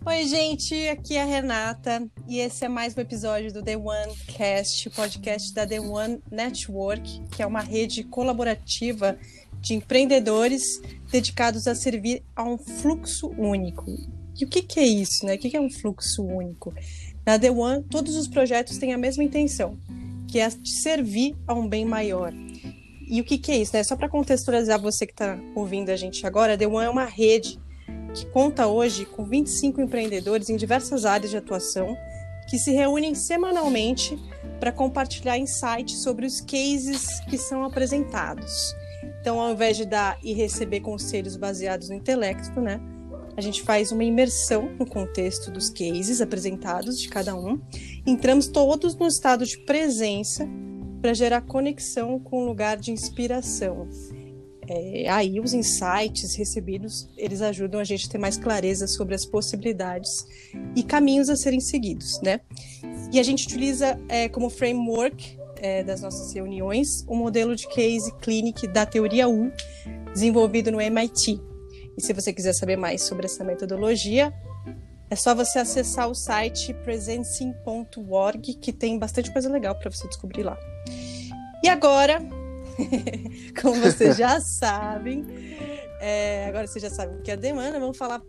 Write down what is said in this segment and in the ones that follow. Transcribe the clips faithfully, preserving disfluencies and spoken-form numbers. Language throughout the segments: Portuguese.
Oi, gente, aqui é a Renata e esse é mais um episódio do The One Cast, o podcast da The One Network, que é uma rede colaborativa de empreendedores dedicados a servir a um fluxo único. E o que, que é isso, né? O que, que é um fluxo único? Na The One, todos os projetos têm a mesma intenção, que é de servir a um bem maior. E o que, que é isso, né? Só para contextualizar você que está ouvindo a gente agora, a The One é uma rede que conta hoje com vinte e cinco empreendedores em diversas áreas de atuação que se reúnem semanalmente para compartilhar insights sobre os cases que são apresentados. Então, ao invés de dar e receber conselhos baseados no intelecto, né, a gente faz uma imersão no contexto dos cases apresentados de cada um. Entramos todos no estado de presença para gerar conexão com o lugar de inspiração. É, aí os insights recebidos, eles ajudam a gente a ter mais clareza sobre as possibilidades e caminhos a serem seguidos, né? E a gente utiliza é, como framework é, das nossas reuniões o modelo de case clinic da teoria U, desenvolvido no M I T. E se você quiser saber mais sobre essa metodologia, é só você acessar o site presencing ponto org, que tem bastante coisa legal para você descobrir lá. E agora... Como vocês já sabem, é, agora vocês já sabem o que é a demanda, vamos falar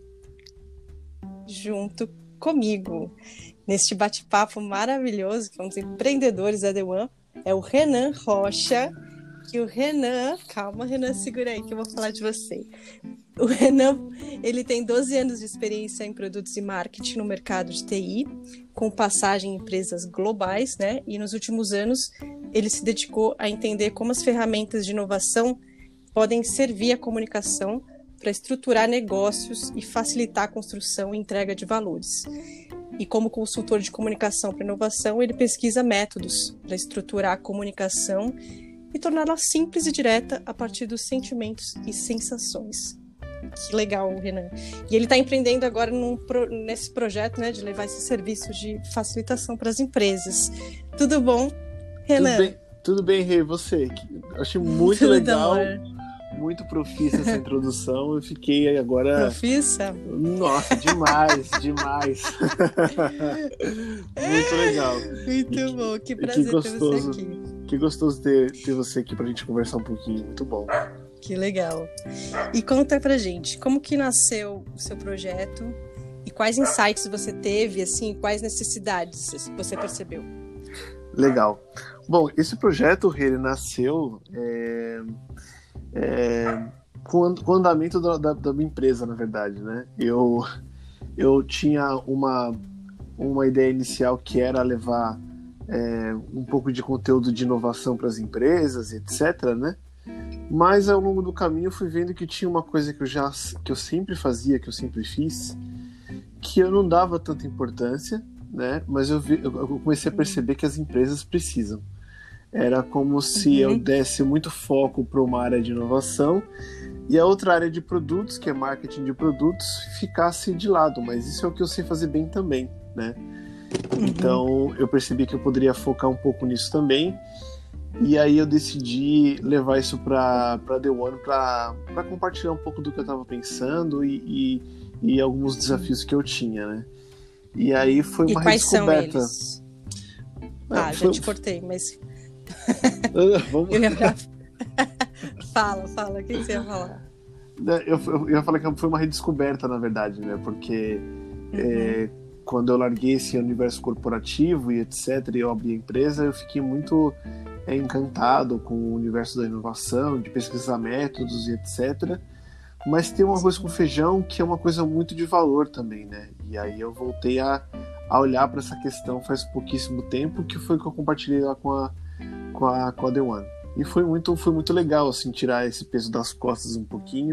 junto comigo neste bate-papo maravilhoso, que é um dos empreendedores da The One, é o Renan Rocha. Que o Renan, calma Renan, segura aí que eu vou falar de você. O Renan, ele tem doze anos de experiência em produtos e marketing no mercado de T I, com passagem em empresas globais, né? E nos últimos anos ele se dedicou a entender como as ferramentas de inovação podem servir à comunicação para estruturar negócios e facilitar a construção e entrega de valores. E como consultor de comunicação para inovação, ele pesquisa métodos para estruturar a comunicação e torná-la simples e direta a partir dos sentimentos e sensações. Que legal, Renan. E ele está empreendendo agora num pro, nesse projeto, né, de levar esse serviço de facilitação para as empresas. Tudo bom, Renan? Tudo bem, tudo bem, Rê, você? Achei muito tudo legal, amor. Muito profissa essa introdução. Eu fiquei agora... Profissa? Nossa, demais, demais. Muito legal. Muito e, bom, que prazer que gostoso, ter você aqui. Que gostoso ter, ter você aqui pra gente conversar um pouquinho, muito bom. Que legal. E conta pra gente, como que nasceu o seu projeto e quais insights você teve, assim, quais necessidades você percebeu? Legal. Bom, esse projeto, ele nasceu é, é, com, com o andamento da, da, da minha empresa, na verdade, né? Eu, eu tinha uma, uma ideia inicial que era levar é, um pouco de conteúdo de inovação para as empresas, etcétera, né? Mas ao longo do caminho eu fui vendo que tinha uma coisa que eu já que eu sempre fazia, que eu sempre fiz, que eu não dava tanta importância, né? Mas eu, vi, eu comecei a perceber que as empresas precisam. Era como se uhum. eu desse muito foco para uma área de inovação e a outra área de produtos, que é marketing de produtos, ficasse de lado. Mas isso é o que eu sei fazer bem também, né? Uhum. Então eu percebi que eu poderia focar um pouco nisso também. E aí eu decidi levar isso para a The One para compartilhar um pouco do que eu estava pensando e, e, e alguns desafios que eu tinha, né? E aí foi uma e quais redescoberta. São eles? Ah, foi... já te cortei, mas... Vamos... eu ia... fala, fala, o que você ia falar? Eu, eu ia falar que foi uma redescoberta, na verdade, né? Porque uhum. é, quando eu larguei esse universo corporativo e etcétera, e eu abri a empresa, eu fiquei muito... é encantado com o universo da inovação, de pesquisar métodos e etcétera. Mas tem um arroz com feijão que é uma coisa muito de valor também, né? E aí eu voltei a, a olhar para essa questão faz pouquíssimo tempo, que foi que eu compartilhei lá com a, com a, com a The One. E foi muito, foi muito legal, assim, tirar esse peso das costas um pouquinho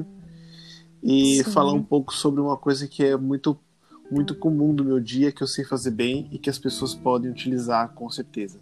e Sim. falar um pouco sobre uma coisa que é muito, muito comum do meu dia, que eu sei fazer bem e que as pessoas podem utilizar com certeza.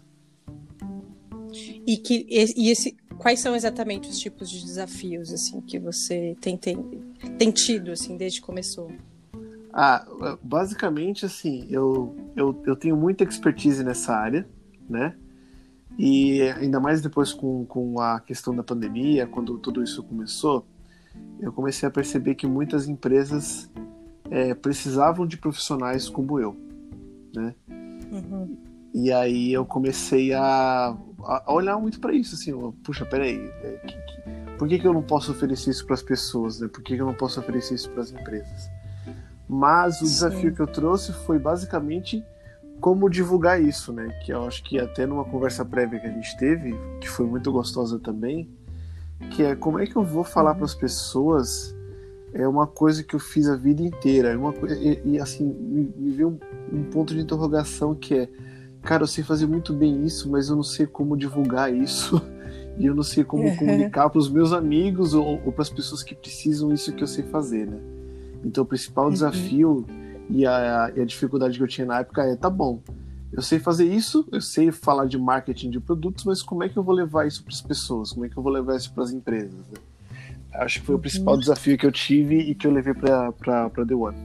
E, que, e esse, quais são exatamente os tipos de desafios assim, que você tem, tem, tem tido assim, desde que começou? Ah, basicamente, assim, eu, eu, eu tenho muita expertise nessa área, né? E ainda mais depois com, com a questão da pandemia, quando tudo isso começou, eu comecei a perceber que muitas empresas é, precisavam de profissionais como eu, né? Uhum. E aí eu comecei a, a olhar muito para isso, assim, ó, puxa, peraí, é, que, que, por que, que eu não posso oferecer isso para as pessoas, né? Por que, que eu não posso oferecer isso para as empresas? Mas o desafio Sim. que eu trouxe foi basicamente como divulgar isso, né? Que eu acho que até numa conversa prévia que a gente teve, que foi muito gostosa também, que é como é que eu vou falar Uhum. para as pessoas é uma coisa que eu fiz a vida inteira, é uma coisa, e, e assim, me, me veio um, um ponto de interrogação que é, cara, eu sei fazer muito bem isso, mas eu não sei como divulgar isso e eu não sei como comunicar para os meus amigos ou, ou para as pessoas que precisam isso que eu sei fazer, né? Então o principal Uhum. desafio e a, e a dificuldade que eu tinha na época é, tá bom, eu sei fazer isso, eu sei falar de marketing de produtos, mas como é que eu vou levar isso para as pessoas? Como é que eu vou levar isso para as empresas? Né? Acho que foi o principal desafio que eu tive e que eu levei para The One.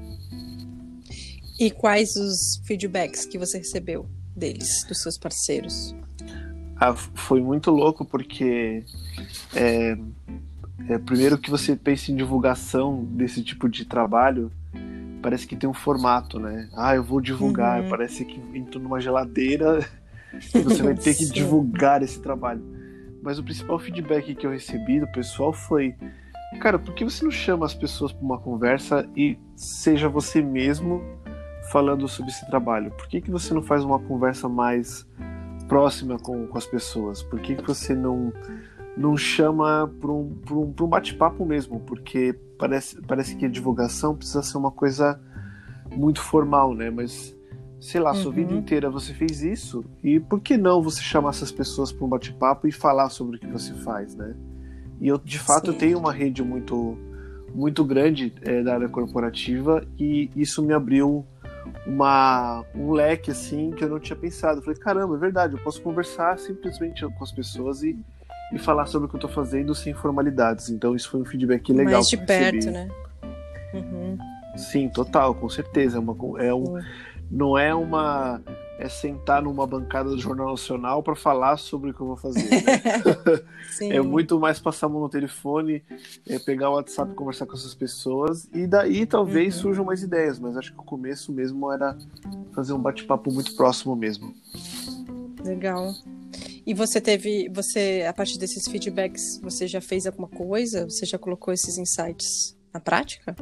E quais os feedbacks que você recebeu deles, dos seus parceiros? Ah, foi muito louco porque é, é, primeiro que você pensa em divulgação desse tipo de trabalho, parece que tem um formato, né? Ah, eu vou divulgar, Uhum. parece que entrou numa geladeira e você vai ter que divulgar esse trabalho. Mas o principal feedback que eu recebi do pessoal foi, cara, por que você não chama as pessoas para uma conversa e seja você mesmo falando sobre esse trabalho? Por que, que você não faz uma conversa mais próxima com, com as pessoas? Por que, que você não, não chama para um, um, um bate-papo mesmo? Porque parece, parece que a divulgação precisa ser uma coisa muito formal, né? Mas, sei lá, uhum. sua vida inteira você fez isso, e por que não você chamar essas pessoas para um bate-papo e falar sobre o que você faz, né? E eu, de fato, Sim. eu tenho uma rede muito, muito grande é, da área corporativa e isso me abriu uma, um leque, assim, que eu não tinha pensado. Eu falei, caramba, é verdade, eu posso conversar simplesmente com as pessoas e, e falar sobre o que eu estou fazendo sem formalidades. Então, isso foi um feedback legal. Mais de que eu perto, recebi. né? Uhum. Sim, total, com certeza. É uma, é um, uhum. Não é uma... é sentar numa bancada do Jornal Nacional para falar sobre o que eu vou fazer, né? É muito mais passar a mão no telefone, é pegar o WhatsApp e conversar com essas pessoas, e daí talvez uhum. surjam mais ideias, mas acho que o começo mesmo era fazer um bate-papo muito próximo mesmo. Legal. E você teve, você, a partir desses feedbacks, você já fez alguma coisa? Você já colocou esses insights na prática?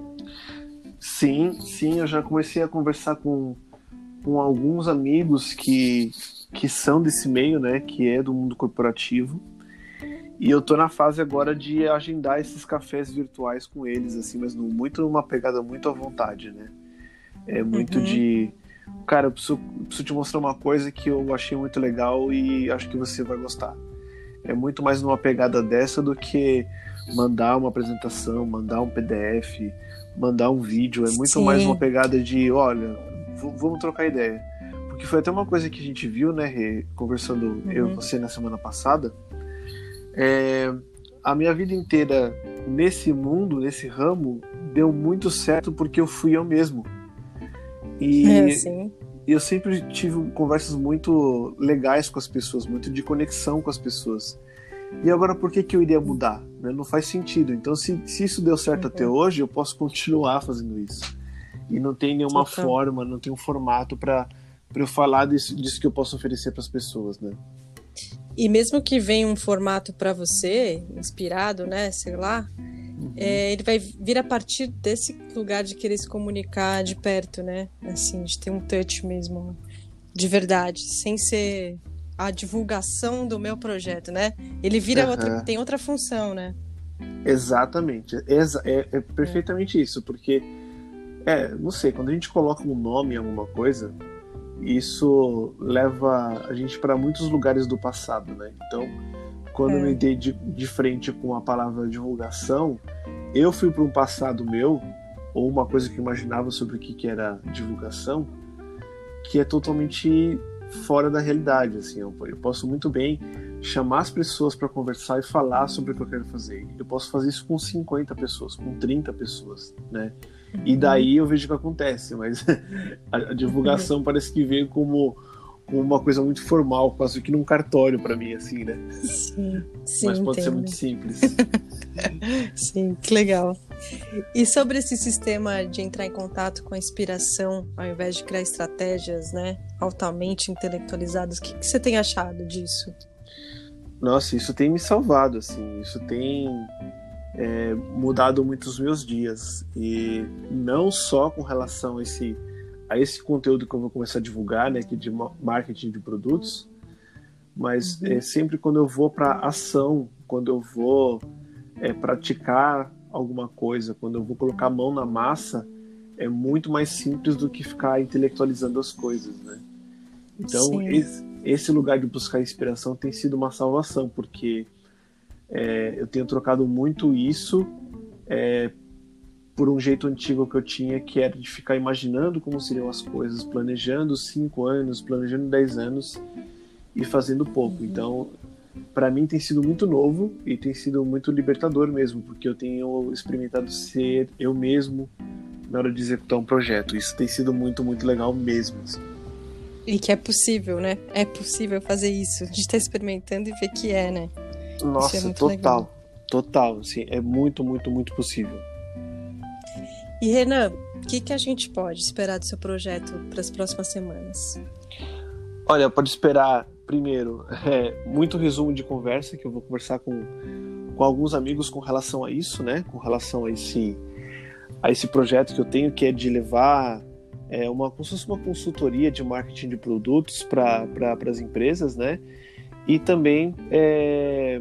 Sim, sim, eu já comecei a conversar com com alguns amigos que, que são desse meio, né, que é do mundo corporativo, e eu tô na fase agora de agendar esses cafés virtuais com eles, assim, mas no, muito numa pegada muito à vontade, né, é muito uhum. de, cara, eu preciso, preciso te mostrar uma coisa que eu achei muito legal e acho que você vai gostar. É muito mais numa pegada dessa do que mandar uma apresentação, mandar um P D F, mandar um vídeo, é muito Sim. mais uma pegada de, olha, vamos trocar ideia. Porque foi até uma coisa que a gente viu, né, Rê, conversando uhum. eu e você na semana passada. É, a minha vida inteira nesse mundo, nesse ramo, deu muito certo porque eu fui eu mesmo. E é, sim. eu sempre tive conversas muito legais com as pessoas, muito de conexão com as pessoas. E agora por que que eu iria mudar? Né? Não faz sentido. Então se, se isso deu certo uhum. até hoje, eu posso continuar fazendo isso. E não tem nenhuma Total. forma, não tem um formato para eu falar disso, disso que eu posso oferecer para as pessoas, né? E mesmo que venha um formato para você, inspirado, né, sei lá, uhum. é, ele vai vir a partir desse lugar de querer se comunicar de perto, né? Assim, de ter um touch mesmo, de verdade, sem ser a divulgação do meu projeto, né? Ele vira uhum. outra, tem outra função, né? Exatamente, é, é, é perfeitamente é. isso, porque É, não sei, quando a gente coloca um nome em alguma coisa, isso leva a gente para muitos lugares do passado, né? Então, quando é. eu me dei de, de frente com a palavra divulgação, eu fui para um passado meu, ou uma coisa que eu imaginava sobre o que, que era divulgação, que é totalmente fora da realidade, assim. Eu, eu posso muito bem chamar as pessoas para conversar e falar sobre o que eu quero fazer. Eu posso fazer isso com cinquenta pessoas, com trinta pessoas, né? E daí eu vejo o que acontece, mas a, a divulgação parece que veio como como uma coisa muito formal, quase que num cartório para mim, assim, né? Sim, sim, mas pode entendo. ser muito simples. Sim, que legal. E sobre esse sistema de entrar em contato com a inspiração, ao invés de criar estratégias, né, altamente intelectualizadas, o que, que você tem achado disso? Nossa, isso tem me salvado, assim, isso tem é, mudado muito os meus dias, e não só com relação a esse, a esse conteúdo que eu vou começar a divulgar, né, que de marketing de produtos, mas uhum. é, sempre quando eu vou para ação, quando eu vou é, praticar alguma coisa, quando eu vou colocar a mão na massa, é muito mais simples do que ficar intelectualizando as coisas, né? Então, esse, esse lugar de buscar inspiração tem sido uma salvação, porque é, eu tenho trocado muito isso é, por um jeito antigo que eu tinha, que era de ficar imaginando como seriam as coisas, planejando cinco anos, planejando dez anos e fazendo pouco. Então, para mim tem sido muito novo e tem sido muito libertador mesmo, porque eu tenho experimentado ser eu mesmo na hora de executar um projeto. Isso tem sido muito, muito legal mesmo. Assim. E que é possível, né? É possível fazer isso, de estar experimentando e ver que é, né? Nossa, é total, legal. total. Assim, é muito, muito, muito possível. E Renan, o que, que a gente pode esperar do seu projeto para as próximas semanas? Olha, pode esperar, primeiro, é, muito resumo de conversa, que eu vou conversar com, com alguns amigos com relação a isso, né? Com relação a esse, a esse projeto que eu tenho, que é de levar é, uma, como se fosse uma consultoria de marketing de produtos para pra, as empresas, né? E também é,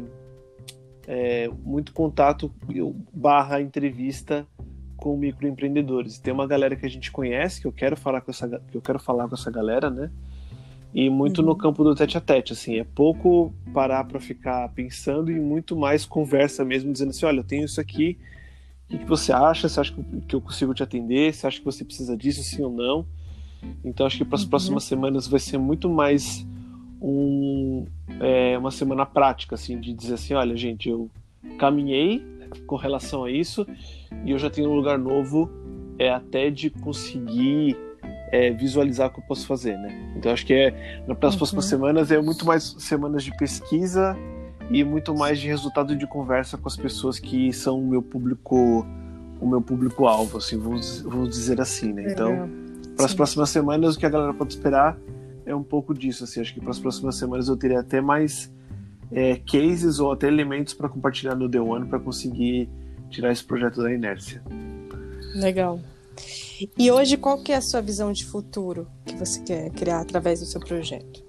é, muito contato barra entrevista com microempreendedores. Tem uma galera que a gente conhece, que eu quero falar com essa, que eu quero falar com essa galera, né? E muito uhum. no campo do tete a tete, assim, é pouco parar para ficar pensando e muito mais conversa mesmo, dizendo assim, olha, eu tenho isso aqui, o que, que você acha? Você acha que eu consigo te atender? Você acha que você precisa disso, sim ou não? Então acho que para as uhum. próximas semanas vai ser muito mais um, é, uma semana prática, assim, de dizer assim, olha, gente, eu caminhei com relação a isso e eu já tenho um lugar novo é, até de conseguir É, visualizar o que eu posso fazer, né? Então acho que é, nas uhum. próximas semanas é muito mais semanas de pesquisa e muito mais de resultado de conversa com as pessoas que são o meu público, o meu público-alvo, assim, vamos, vamos dizer assim, né? Então, para as próximas semanas o que a galera pode esperar é um pouco disso, assim, acho que para as próximas semanas eu teria até mais é, cases ou até elementos para compartilhar no The One para conseguir tirar esse projeto da inércia. Legal. E hoje, qual que é a sua visão de futuro que você quer criar através do seu projeto?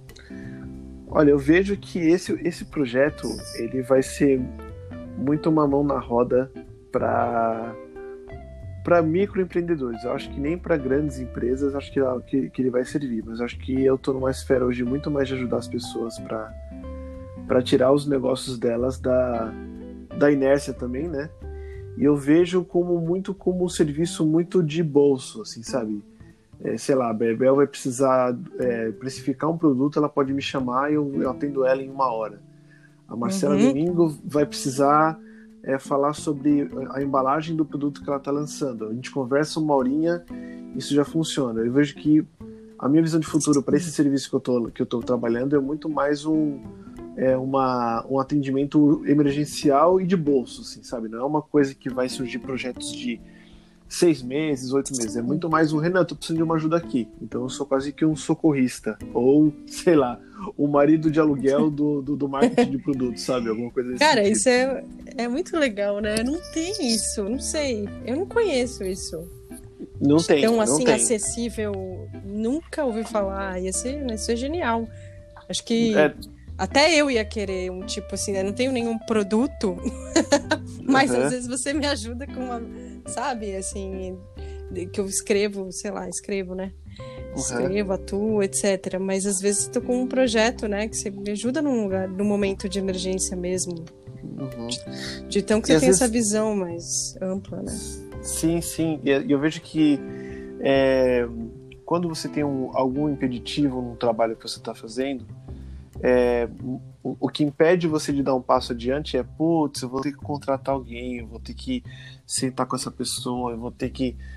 Olha, eu vejo que esse, esse projeto ele vai ser muito uma mão na roda para para microempreendedores. Eu acho que nem para grandes empresas acho que, que, que ele vai servir, mas acho que eu estou numa esfera hoje muito mais de ajudar as pessoas para para tirar os negócios delas da, da inércia também, né? E eu vejo como muito como um serviço muito de bolso, assim, sabe? É, sei lá, a Bebel vai precisar é, precificar um produto, ela pode me chamar e eu, eu atendo ela em uma hora. A Marcela uhum. Domingo vai precisar é, falar sobre a embalagem do produto que ela está lançando. A gente conversa uma horinha, isso já funciona. Eu vejo que a minha visão de futuro para esse serviço que eu tô, que eu tô trabalhando é muito mais um é uma, um atendimento emergencial e de bolso, assim, sabe? Não é uma coisa que vai surgir projetos de seis meses, oito meses. É muito mais um, Renan, eu tô precisando de uma ajuda aqui. Então eu sou quase que um socorrista. Ou, sei lá, o marido de aluguel do, do, do marketing de produtos, sabe? Alguma coisa desse Cara, sentido. Isso é, é muito legal, né? Não tem isso, não sei. Eu não conheço isso. Não tem, Tão não assim, tem. acessível. Nunca ouvi falar. Ia ser, ia ser genial. Acho que... É... Até eu ia querer um tipo assim, né? Não tenho nenhum produto, mas uhum. às vezes você me ajuda com uma, sabe, assim, que eu escrevo, sei lá, escrevo, né? Uhum. Escrevo, atuo, etcétera. Mas às vezes estou com um projeto, né? Que você me ajuda num lugar, num momento de emergência mesmo. Uhum. De, de tão que você tem vezes... essa visão mais ampla, né? Sim, sim. E eu vejo que é, quando você tem um, algum impeditivo no trabalho que você está fazendo, É, o, o que impede você de dar um passo adiante é, putz, eu vou ter que contratar alguém, eu vou ter que sentar com essa pessoa, eu vou ter que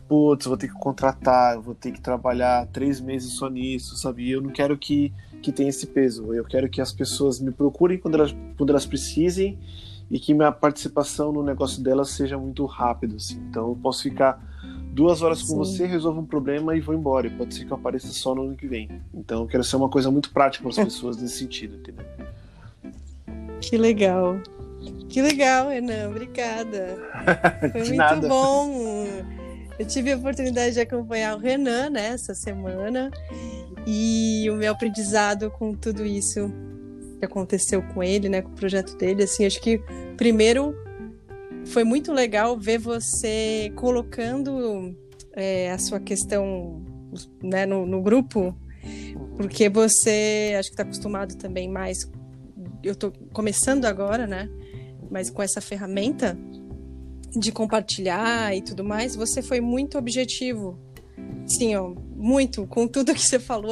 putz, vou ter que contratar, vou ter que trabalhar três meses só nisso, sabe? E eu não quero que, que tenha esse peso. Eu quero que as pessoas me procurem quando elas, quando elas precisem e que minha participação no negócio delas seja muito rápida, assim. Então eu posso ficar duas horas com Sim. você, resolvo um problema e vou embora. E pode ser que eu apareça só no ano que vem. Então eu quero ser uma coisa muito prática para as pessoas nesse sentido, entendeu? Que legal. Que legal, Renan. Obrigada. Foi De muito nada. bom. Eu tive a oportunidade de acompanhar o Renan, né, essa semana. E o meu aprendizado com tudo isso que aconteceu com ele, né, com o projeto dele, assim, acho que primeiro foi muito legal ver você colocando é, a sua questão, né, no, no grupo, porque você, acho que está acostumado também mais, eu estou começando agora, né, mas com essa ferramenta de compartilhar e tudo mais, você foi muito objetivo, sim, ó, muito, com tudo que você falou.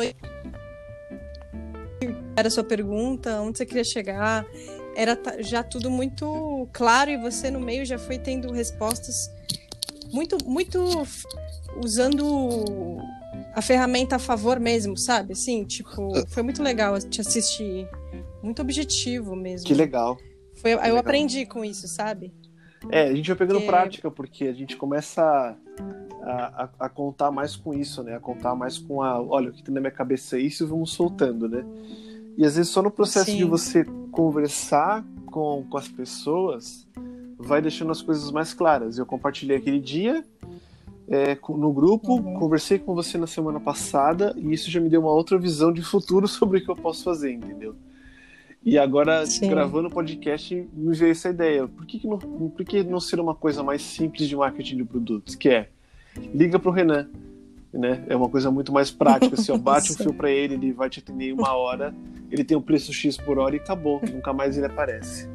Era a sua pergunta, onde você queria chegar, era já tudo muito claro e você no meio já foi tendo respostas muito, muito usando a ferramenta a favor mesmo, sabe? Assim, tipo, foi muito legal te assistir, muito objetivo mesmo. Que legal. Foi, que eu legal. Aprendi com isso, sabe? É, a gente vai pegando porque... prática, porque a gente começa a, a, a contar mais com isso, né? A contar mais com a, olha, o que tem na minha cabeça é isso e vamos soltando, né? E às vezes só no processo Sim. de você conversar com, com as pessoas vai deixando as coisas mais claras. Eu compartilhei aquele dia é, no grupo, uhum. conversei com você na semana passada e isso já me deu uma outra visão de futuro sobre o que eu posso fazer, entendeu? E agora, Sim. gravando o podcast, me veio essa ideia. Por que, que, não, por que não ser uma coisa mais simples de marketing de produtos? Que é, liga pro Renan. Né? É uma coisa muito mais prática, assim, ó, bate um fio para ele, ele vai te atender em uma hora, ele tem um preço X por hora e acabou, nunca mais ele aparece.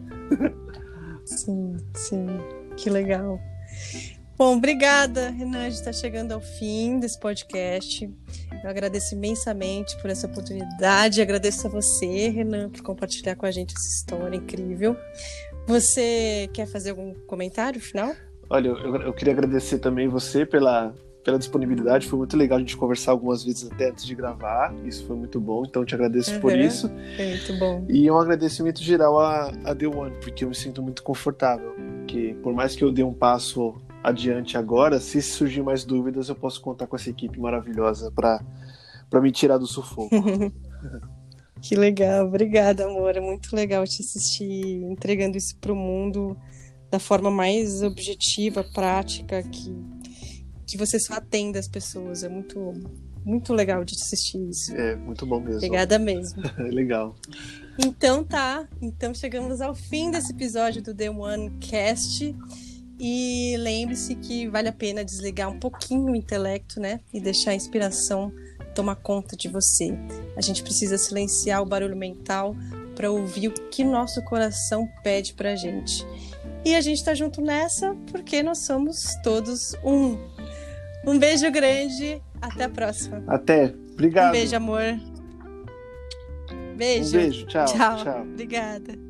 Sim, sim, que legal. Bom, obrigada, Renan, a gente está chegando ao fim desse podcast. Eu agradeço imensamente por essa oportunidade, agradeço a você, Renan, por compartilhar com a gente essa história incrível. Você quer fazer algum comentário final? Olha, eu, eu queria agradecer também você pela pela disponibilidade, foi muito legal a gente conversar algumas vezes até antes de gravar, isso foi muito bom, então eu te agradeço uhum, por isso. Foi muito bom. E um agradecimento geral a, a The One, porque eu me sinto muito confortável, que por mais que eu dê um passo adiante agora, se surgir mais dúvidas, eu posso contar com essa equipe maravilhosa para para me tirar do sufoco. Que legal, obrigada, amor, é muito legal te assistir entregando isso pro mundo da forma mais objetiva, prática, que que você só atenda as pessoas. É muito, muito legal de assistir isso. É, muito bom mesmo. Obrigada mesmo. Legal. Então tá, então chegamos ao fim desse episódio do The One Cast e lembre-se que vale a pena desligar um pouquinho o intelecto, né? E deixar a inspiração tomar conta de você. A gente precisa silenciar o barulho mental para ouvir o que nosso coração pede pra gente. E a gente tá junto nessa porque nós somos todos um. Um beijo grande, até a próxima. Até, obrigado. Um beijo, amor. Beijo. Um beijo, tchau. Tchau. tchau. Obrigada.